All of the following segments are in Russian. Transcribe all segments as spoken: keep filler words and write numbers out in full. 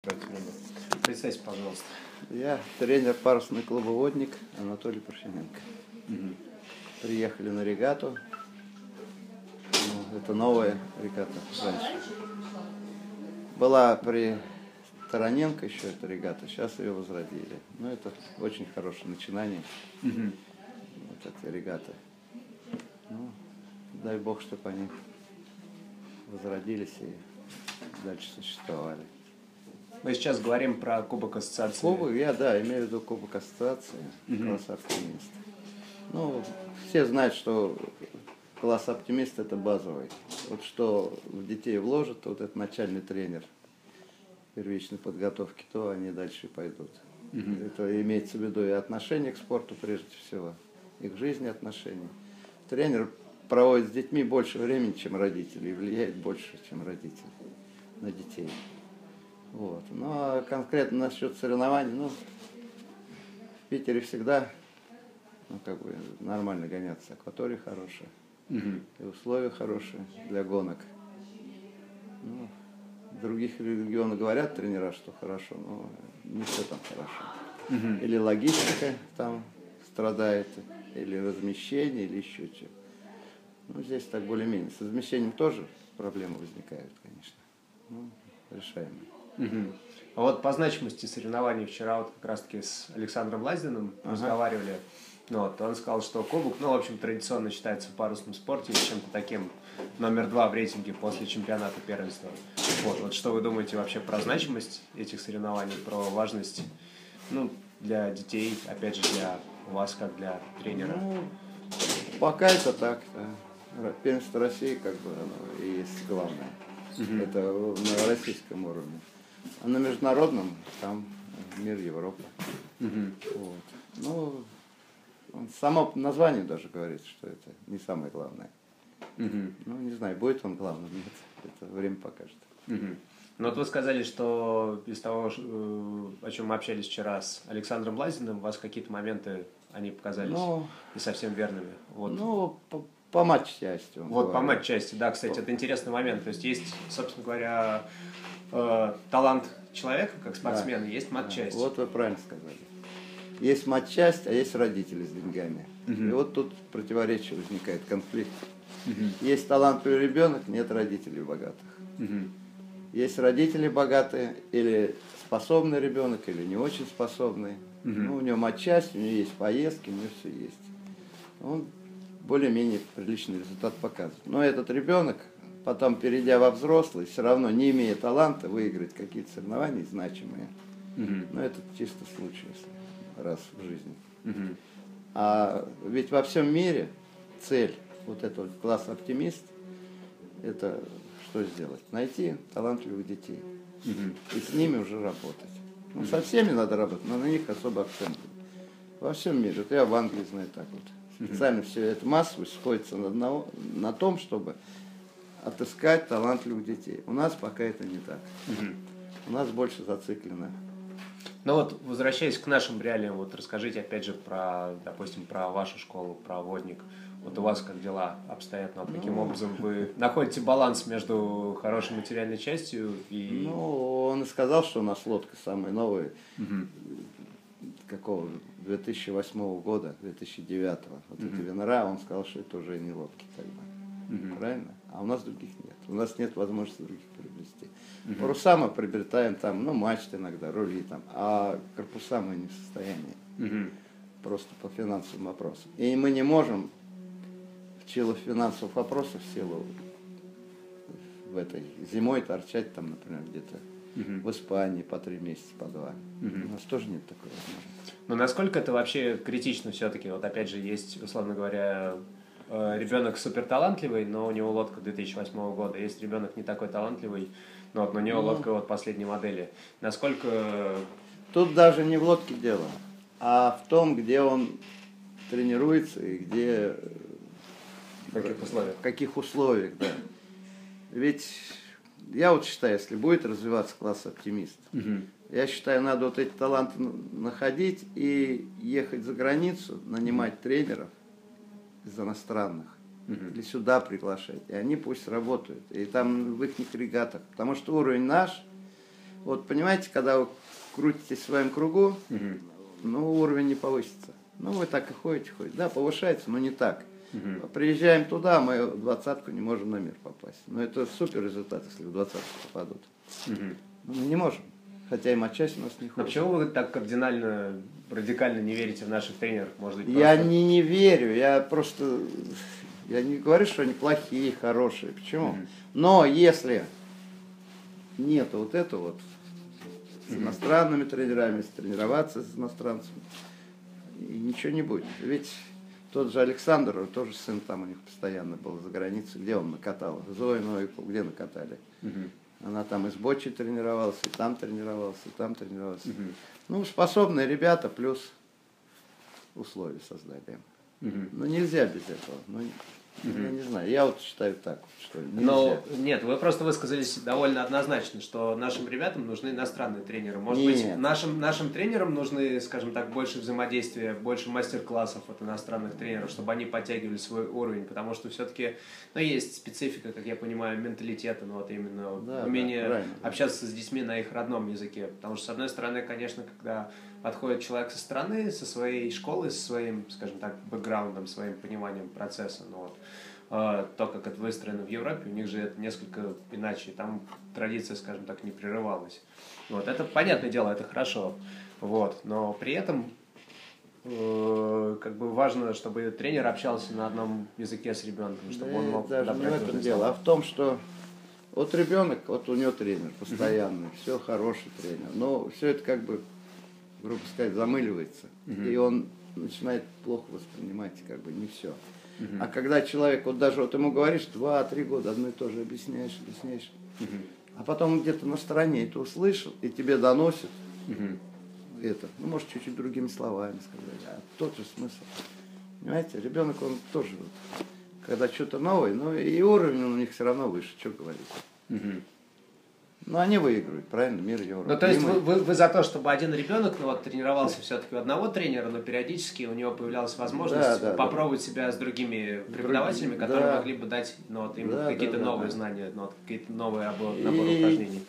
Представьте, пожалуйста. Я тренер парусного клуба «Водник» Анатолий Парфененко. Угу. Приехали на регату. Ну, это новая регата раньше. Была при Тараненко еще эта регата, сейчас ее возродили. Ну, это очень хорошее начинание. Угу. Вот этой регаты. Ну, дай бог, чтобы они возродились и дальше существовали. Мы сейчас говорим про Кубок Ассоциации. Кубок, я, да, имею в виду Кубок Ассоциации, Угу. класс оптимист. Ну, все знают, что класс оптимист это базовый. Вот что в детей вложат, вот этот начальный тренер первичной подготовки, то они дальше пойдут. Угу. Это имеется в виду и отношение к спорту прежде всего, и к жизни отношения. Тренер проводит с детьми больше времени, чем родители, и влияет больше, чем родители на детей. Вот. Ну, а конкретно насчет соревнований, ну, в Питере всегда, ну, как бы, нормально гоняться. Акватория хорошая, угу. и условия хорошие для гонок. Ну, в других регионах говорят тренера, что хорошо, но не все там хорошо. Угу. Или логистика там страдает, или размещение, или еще что. Ну, здесь так более-менее. С размещением тоже проблемы возникают, конечно. Ну, решаемые. Угу. А вот по значимости соревнований вчера вот как раз-таки с Александром Лаздиным ага. разговаривали. Ну, вот, он сказал, что кубок, ну, в общем, традиционно считается в парусном спорте чем-то таким номер два в рейтинге после чемпионата первенства. Вот, вот что вы думаете вообще про значимость этих соревнований, про важность, ну, для детей, опять же, для вас, как для тренера? Ну, пока это так, да. Первенство России, как бы, оно и есть главное. Угу. Это на российском уровне. А на международном там мир, Европа. Угу. Вот. Ну, само название даже говорит, что это не самое главное. Угу. Ну, не знаю, будет он главным, нет. Это время покажет. Угу. Ну, вот вы сказали, что из того, о чем мы общались вчера с Александром Лазиным, у вас какие-то моменты, они показались ну, не совсем верными. Вот. Ну, по, по матч-части. Вот говорит. По матч-части, да, кстати, по... это интересный момент. То есть есть, собственно говоря, э, талант человека, как спортсмена, да. Есть матч-часть. Да. Вот вы правильно сказали. Есть матч-часть, а есть родители с деньгами. Угу. И вот тут противоречие возникает, конфликт. Угу. Есть талантливый ребенок, нет родителей богатых. Угу. Есть родители богатые, или способный ребенок, или не очень способный. Угу. Ну, у него матч-часть, у него есть поездки, у него все есть. Он более-менее приличный результат показывает. Но этот ребенок, потом перейдя во взрослый, все равно не имея таланта выиграть какие-то соревнования значимые. Угу. Но это чисто случай, если раз в жизни. Угу. А ведь во всем мире цель вот этого класса оптимист это что сделать? Найти талантливых детей. Угу. И с ними уже работать. Ну, со всеми надо работать, но на них особо акцент. Во всем мире. Вот я в Англии знаю так вот. Специально угу. все это массовость сходится на, одного, на том, чтобы отыскать талантливых детей. У нас пока это не так. Угу. У нас больше зациклено. Ну вот, возвращаясь к нашим реалиям, вот расскажите опять же про, допустим, про вашу школу, про Водник. Вот у вас как дела обстоят? Ну, вот каким ну, образом вы находите баланс между хорошей материальной частью и... Ну, он и сказал, что у нас лодка самая новая. Угу. Какого? две тысячи восьмого года, две тысячи девятого. Вот угу. эти Венера, он сказал, что это уже не лодки тогда. Угу. Правильно? А у нас других нет. У нас нет возможности других приобрести. Угу. Паруса мы приобретаем там, ну, мачты иногда, рули там, а корпуса мы не в состоянии. Угу. Просто по финансовым вопросам. И мы не можем в силу финансовых вопросов, в силу в этой зимой торчать там, например, где-то угу. в Испании по три месяца, по два. Угу. У нас тоже нет такой возможности. Но насколько это вообще критично все-таки? Вот опять же есть, условно говоря, ребенок суперталантливый, но у него лодка две тысячи восьмого года. Есть ребенок не такой талантливый, но вот у него ну, лодка вот последней модели. Насколько... Тут даже не в лодке дело, а в том, где он тренируется и где... В каких условиях? В каких условиях, да. Ведь я вот считаю, если будет развиваться класс оптимист, угу. я считаю, надо вот эти таланты находить и ехать за границу, нанимать тренеров из иностранных, угу. или сюда приглашать, и они пусть работают, и там в их регатах, потому что уровень наш, Вот понимаете, когда вы крутитесь в своем кругу, Угу. ну, уровень не повысится. Ну, вы так и ходите, ходите. Да, повышается, но не так. Угу. Приезжаем туда, мы в двадцатку не можем на мир попасть. Но это супер результат, если в двадцатку попадут. Угу. Ну, мы не можем. Хотя и матчасть у нас не Но ходит. почему вы так кардинально, радикально не верите в наших тренеров? Может быть, Я просто... не, не верю, я просто... Я не говорю, что они плохие, хорошие. Почему? Мгм. Но если нет вот этого вот с Мгм. иностранными тренерами, тренироваться с иностранцами, и ничего не будет. Ведь тот же Александр, тоже сын там у них постоянно был за границей. Где он накатал? Зою Новикову где накатали? Мгм. Она там и с Бочи тренировалась, и там тренировалась, и там тренировалась. Мгм. Ну, способные ребята, плюс условия создали. Мгм. Ну, нельзя без этого. Ну, Мгм. я не знаю, я вот считаю так, что нельзя. Но нет, вы просто высказались довольно однозначно, что нашим ребятам нужны иностранные тренеры. Может Нет. быть, нашим, нашим тренерам нужны, скажем так, больше взаимодействия, больше мастер-классов от иностранных тренеров, чтобы они подтягивали свой уровень, потому что все-таки, ну, есть специфика, как я понимаю, менталитета, ну, вот именно Да, умение да, общаться с детьми на их родном языке. Потому что, с одной стороны, конечно, когда подходит человек со стороны, со своей школы, со своим, скажем так, бэкграундом, своим пониманием процесса, ну, вот, то, как это выстроено в Европе, у них же это несколько иначе, там традиция, скажем так, не прерывалась. Вот, это, понятное дело, это хорошо, вот, но при этом э, как бы важно, чтобы тренер общался на одном языке с ребенком, чтобы Да он мог даже не в подобрать этом нужные дело, слова. а в том, что вот ребенок, вот у него тренер постоянный, все хороший тренер, но все это как бы, грубо сказать, замыливается, Мгм. и он начинает плохо воспринимать как бы не все. Мгм. А когда человек, вот даже вот ему говоришь, два-три года одно и то же объясняешь, объясняешь, Мгм. а потом он где-то на стороне это услышал, и тебе доносит Мгм. это, ну, может, чуть-чуть другими словами сказать, а тот же смысл. Понимаете, ребенок, он тоже, вот, когда что-то новое, но и уровень у них все равно выше, что говорить. Мгм. Ну, они выигрывают, правильно, мир Европы. Ну, то есть И мы- вы, вы, вы за то, чтобы один ребенок, ну, вот, тренировался все-таки у одного тренера, но периодически у него появлялась возможность Да, да, попробовать себя с другими преподавателями, которые да. могли бы дать, ну, вот, им Да, какие-то да, да, новые да. знания, ну, вот, какие-то новые обо- наборы И- упражнений.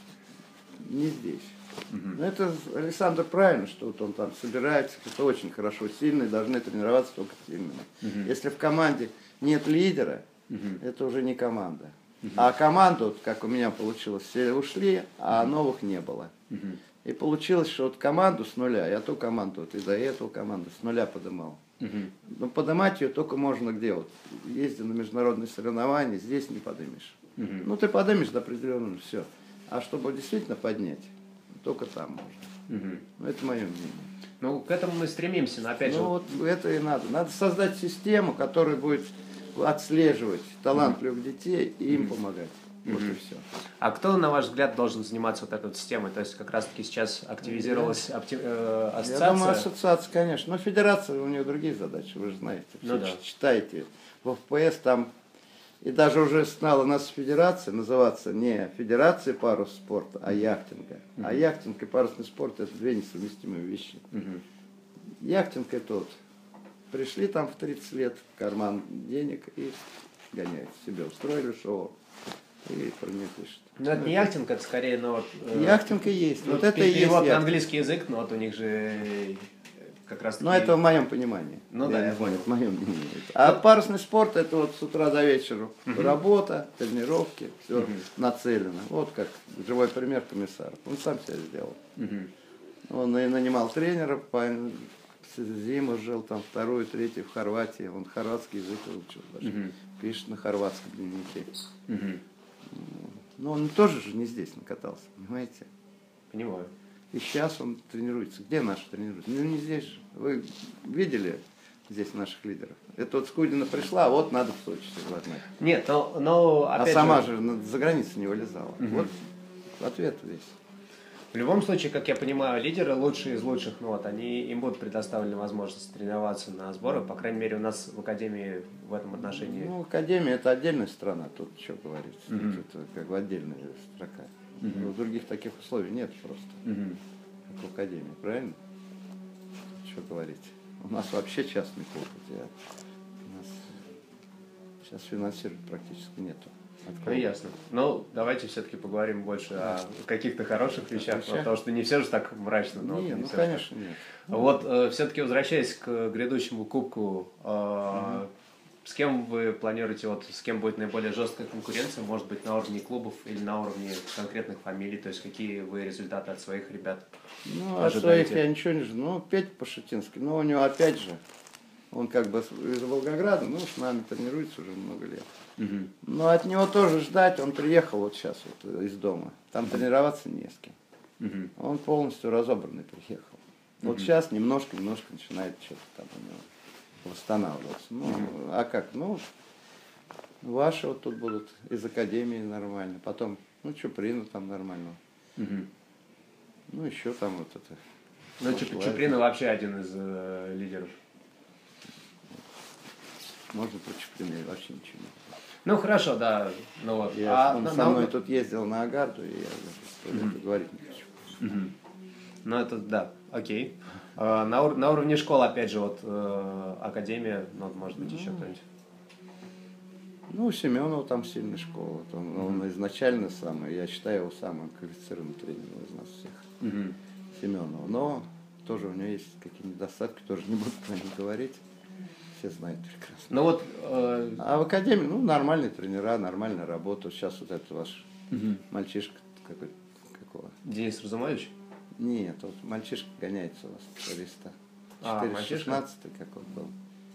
Не здесь. Мгм. Но это Александр правильно, что вот он там собирается, кто очень хорошо сильный, должны тренироваться только сильными. Мгм. Если в команде нет лидера, Мгм. это уже не команда. А команда, вот как у меня получилось, все ушли, а новых не было. Мгм. И получилось, что вот команду с нуля, я ту команду, вот и до этого команду с нуля подымал. Мгм. Но поднимать ее только можно где? Вот, ездя на международные соревнования, здесь не подымешь. Мгм. Ну, ты подымешь до определенного, все. А чтобы действительно поднять, только там можно. Мгм. Ну, это мое мнение. Ну, к этому мы стремимся, но опять Ну, же, вот это и надо. Надо создать систему, которая будет отслеживать талантливых детей и им помогать. Вот и все. а кто, на ваш взгляд, должен заниматься вот этой вот системой? То есть, как раз-таки сейчас активизировалась опти- э, ассоциация. Я думаю, ассоциация, конечно. Но федерация, у нее другие задачи, вы же знаете. Ну Все да. читаете. В эф пэ эс там... И даже уже стала у нас федерация называться не Федерация парус спорта, а яхтинга. А яхтинг и парусный спорт — это две несовместимые вещи. Мгм. Яхтинг — это вот пришли там в тридцать лет, в карман денег и гоняют себе. Устроили шоу и про них пишут. Ну, это не яхтинг, это скорее, ну, вот... э, Яхтинг и есть. ну, Вот это и есть перевод на яхтинг. английский язык, но вот у них же э, как раз таки... Но это в моем понимании. Ну да, я не знаю, понял. это мое мнение. А парусный спорт — это вот с утра до вечера работа, тренировки, все нацелено. Вот как живой пример комиссар. Он сам себя сделал. Мгм. Он и нанимал тренеров, по зиму жил там вторую, третью в Хорватии. Он хорватский язык выучил даже. Мгм. Пишет на хорватском дневнике. Мгм. Но он тоже же не здесь накатался, понимаете? Понимаю. И сейчас он тренируется. Где наши тренируются? Ну, не здесь же. Вы видели здесь наших лидеров? Это вот Скудина пришла, вот надо в Сочи согласна. Нет, но, но А опять сама же, же на- за границу не вылезала. Мгм. Вот ответ весь. в любом случае, как я понимаю, лидеры лучшие из лучших, ну вот, они, им будут предоставлены возможность тренироваться на сборах. По крайней мере, у нас в Академии в этом отношении... Ну, Академия — это отдельная страна, тут что говорить. Мгм. Это как бы отдельная строка. Мгм. У других таких условий нет просто, Мгм. как в Академии, правильно? Что говорить? У нас вообще частный клуб. Я- у нас сейчас финансировать практически нету. Ну, ясно. Ну, давайте все-таки поговорим больше о каких-то хороших вещах, потому что не все же так мрачно. Но не, не ну, все конечно, так. нет. Вот, э, все-таки возвращаясь к грядущему кубку, э, угу. с кем вы планируете, вот с кем будет наиболее жесткая конкуренция, может быть, на уровне клубов или на уровне конкретных фамилий, то есть какие вы результаты от своих ребят Ну, ожидаете? от своих я ничего не жду. Ну, Петя Пашутинский, но у него опять же, он как бы из Волгограда, ну, с нами тренируется уже много лет. Угу. Но от него тоже ждать, он приехал вот сейчас вот из дома, там угу. тренироваться не с кем. Угу. Он полностью разобранный приехал. Угу. Вот сейчас немножко-немножко начинает что-то там у него восстанавливаться. Ну, угу. а как? Ну, ваши вот тут будут из академии нормально. Потом, ну, Чуприна там нормально. Угу. Ну, еще там вот это. Ну, Чуприна вообще один из э, лидеров. Можно про Чуприна вообще ничего не. Ну, хорошо, да. Ну, вот. Я, а, он на, со на... мной тут ездил на Агарду, и я даже угу. говорить не хочу. Угу. Ну, это, да, окей. А, на, ур- на уровне школ, опять же, вот, э, академия, ну, может быть, еще кто-нибудь? Ну, у Семенова там сильная школа. Он, mm-hmm. он изначально самый, я считаю его самым квалифицированным тренером из нас всех. Mm-hmm. Семенова. Но тоже у него есть какие-то недостатки, тоже не буду про них говорить. Все знают прекрасно. Ну, вот, э... А в академии, ну, нормальные тренера, нормальная работа. Сейчас вот этот ваш mm-hmm. мальчишка какой какого? Денис Разумович? Нет, вот мальчишка гоняется у вас по листа. четыре шестнадцатый какой был.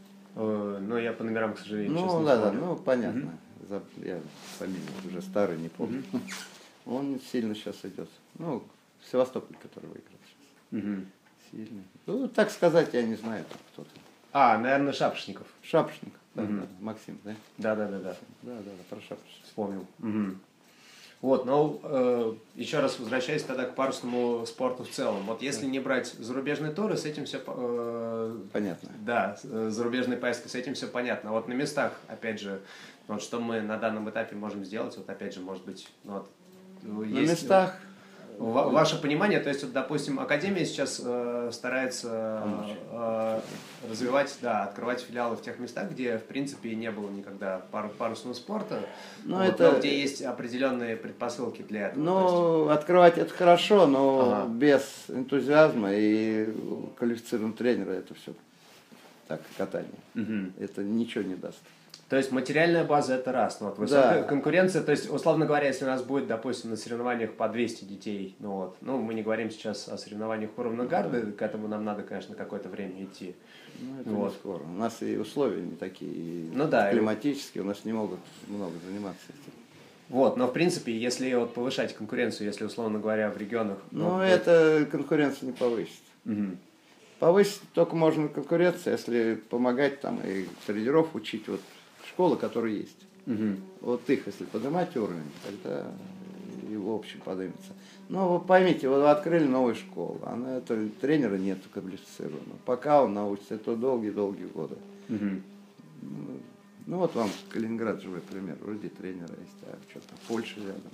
Ну, я по номерам, к сожалению, ну, сейчас не да, помню. да, ну, понятно. Uh-huh. Я фамилию уже старый, не помню. Uh-huh. Он сильно сейчас идет. Ну, Севастополь, который выиграл сейчас. Uh-huh. Сильный. Ну, так сказать, я не знаю, кто-то. А, наверное, Шапошников. Шапошников, да, uh-huh. да, Максим, да? Да, да, да, да. Да, да, да, про Шапошникова. Вспомнил. Uh-huh. Вот, ну, э, еще раз возвращаясь тогда к парусному спорту в целом. Вот если не брать зарубежные туры, с этим все... Э, понятно. Да, зарубежные поездки, с этим все понятно. Вот на местах, опять же, вот что мы на данном этапе можем сделать, вот опять же, может быть, ну, вот, на есть... местах... Ваше понимание, то есть, вот, допустим, Академия сейчас э, старается э, развивать, да, открывать филиалы в тех местах, где, в принципе, не было никогда пар, парусного спорта, но, вот, это... но где есть определенные предпосылки для этого. Ну, есть... открывать это хорошо, но ага. без энтузиазма и квалифицированного тренера это все так, катание. Угу. Это ничего не даст. То есть материальная база это раз, ну, вот высокая да. конкуренция, то есть, условно говоря, если у нас будет, допустим, на соревнованиях по двести детей, ну вот, ну мы не говорим сейчас о соревнованиях уровня гарды, да. к этому нам надо, конечно, какое-то время идти. Ну, это вот. не скоро. У нас и условия не такие, и ну, да, климатические, у нас не могут много заниматься этим. Вот, но в принципе, если вот повышать конкуренцию, если, условно говоря, в регионах... Ну, ну это будет... конкуренция не повысит. Угу. Повысить только можно конкуренцию, если помогать там и тренеров учить, вот школы, которые есть. Угу. Вот их, если поднимать уровень, тогда и в общем поднимется. Но вы поймите, вот вы открыли новую школу, она это, тренера нет квалифицированного. Пока он научится, это долгие-долгие годы. Угу. Ну, ну вот вам Калининград живой пример, вроде тренера есть, а что-то Польша рядом.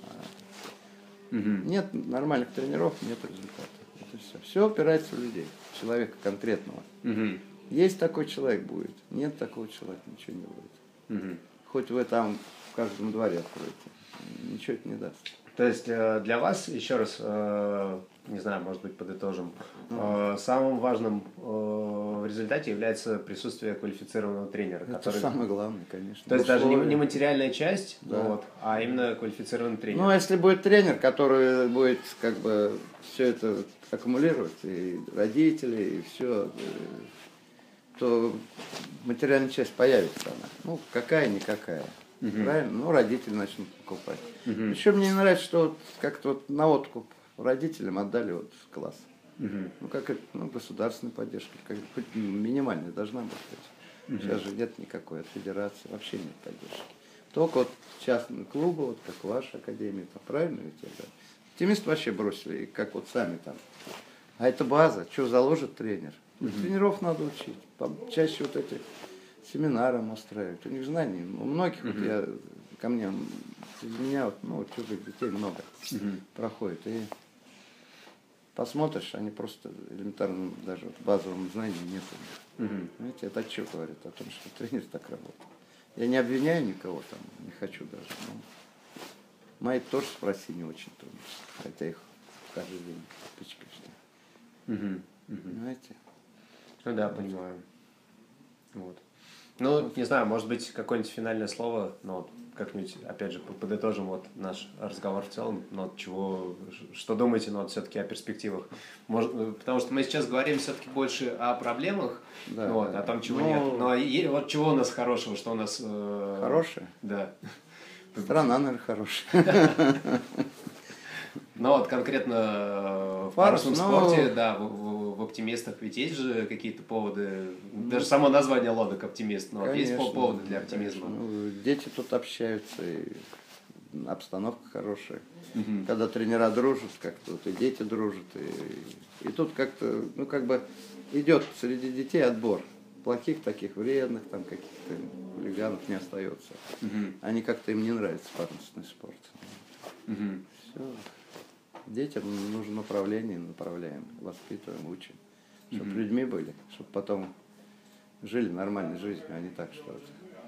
А... Угу. Нет нормальных тренеров, нет результата. Это все. Все опирается в людей, человека конкретного. Угу. Есть такой человек будет, нет такого человека, ничего не будет. Угу. Хоть вы там в каждом дворе откроете, ничего это не даст. То есть для вас, еще раз, не знаю, может быть, подытожим, uh-huh. самым важным в результате является присутствие квалифицированного тренера. Это который... самое главное, конечно. То есть даже не, не материальная часть, да. вот, а именно квалифицированный тренер. Ну, если будет тренер, который будет как бы все это аккумулировать, и родители, и все, то материальная часть появится она. Ну, какая-никакая. Uh-huh. Правильно? Ну, родители начнут покупать. Uh-huh. Еще мне не нравится, что вот как-то вот на откуп родителям отдали вот класс. Uh-huh. Ну, как это, ну, государственная поддержка, как, хоть минимальная должна быть. Uh-huh. Сейчас же нет никакой от федерации, вообще нет поддержки. Только вот частные клубы, вот как ваша академия, там, правильно ведь это? Те места вообще бросили, как вот сами там. А это база, что заложит тренер? Uh-huh. Тренеров надо учить. Чаще вот эти семинары устраивают. У них знаний, у многих, uh-huh. вот я, ко мне, из меня, вот, ну, чужих детей много uh-huh. проходит. И посмотришь, они просто элементарно даже вот, базовым знанием нет. Uh-huh. Знаете, это что говорит? О том, что тренер так работает. Я не обвиняю никого там, не хочу даже. Но Мои тоже спроси не очень трудно, хотя их каждый день пичкаешь. Угу. Угу. Понимаете? Ну да, понимаю. Вот. Ну, не знаю, может быть, какое-нибудь финальное слово, но вот как-нибудь, опять же, подытожим вот наш разговор в целом, но вот чего, что думаете, но вот все-таки о перспективах? Может, потому что мы сейчас говорим все-таки больше о проблемах, Да, вот, да. о том, чего Но... нет. Но и, вот чего у нас хорошего, что у нас... Э... Хорошее? Да. Страна, наверное, хорошая. Но вот конкретно в Парус, парусном но... спорте, да, в, в, в оптимистах ведь есть же какие-то поводы, даже само название лодок оптимист, но вот есть поводы для оптимизма. Ну, дети тут общаются, и обстановка хорошая. Угу. Когда тренера дружат, как-то вот и дети дружат, и, и тут как-то, ну как бы идет среди детей отбор. Плохих таких, вредных, там каких-то хулиганов не остается. Угу. Они как-то им не нравится парусный спорт. Угу. Все. Детям нужно направление, направляем, воспитываем, учим. Чтобы Mm-hmm. людьми были, чтобы потом жили нормальной жизнью, а не так, что это.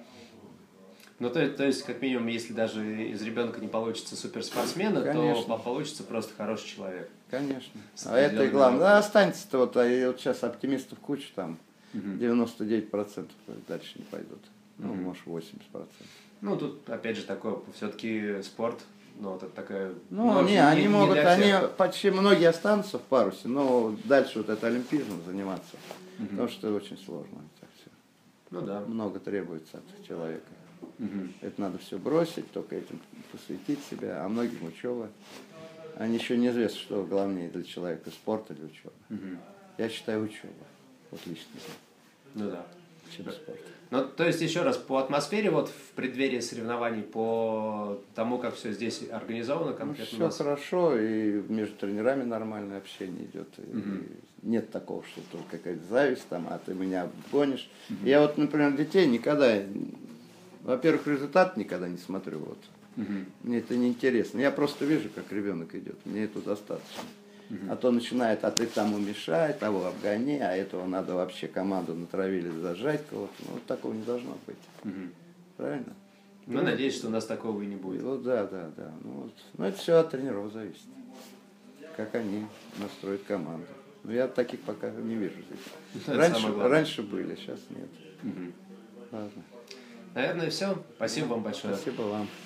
Ну, то, то есть, как минимум, если даже из ребенка не получится суперспортсмена, Конечно. то получится просто хороший человек. Конечно. А это и главное. Да, останется-то вот, а вот сейчас оптимистов куча, там mm-hmm. девяносто девять процентов дальше не пойдут. Ну, mm-hmm. может, восемьдесят процентов. Ну, тут, опять же, такое, все-таки спорт. Ну, вот это такая... Ну, ну не, не, они не могут, они почти многие останутся в парусе, но дальше вот это олимпизмом заниматься, угу. потому что очень сложно это все. Ну да. Много требуется от человека. Угу. Это надо все бросить, только этим посвятить себя, а многим учеба. Они еще неизвестно, что главнее для человека, спорт или учеба. Угу. Я считаю учеба, вот лично. Ну да. Чем спорт. Ну, то есть, еще раз, по атмосфере, вот в преддверии соревнований, по тому, как все здесь организовано конкретно? Ну, все хорошо, и между тренерами нормальное общение идет. И угу. Нет такого, что только какая-то зависть, там, а ты меня гонишь. Угу. Я вот, например, детей никогда, во-первых, результат никогда не смотрю. Вот. Угу. Мне это не интересно. Я просто вижу, как ребенок идет. Мне это достаточно. Uh-huh. А то начинает, а ты тому мешай, того обгони, а этого надо вообще команду натравили зажать кого-то. Ну, вот такого не должно быть. Uh-huh. Правильно? Ну, ну, надеюсь, что у нас такого и не будет. Вот, да, да, да. Ну, вот. Но это все от тренеров зависит. Как они настроят команду. Но я таких пока не вижу здесь. Ну, раньше, раньше были, сейчас нет. Uh-huh. Ладно. Наверное, все. Спасибо вам большое. Спасибо вам.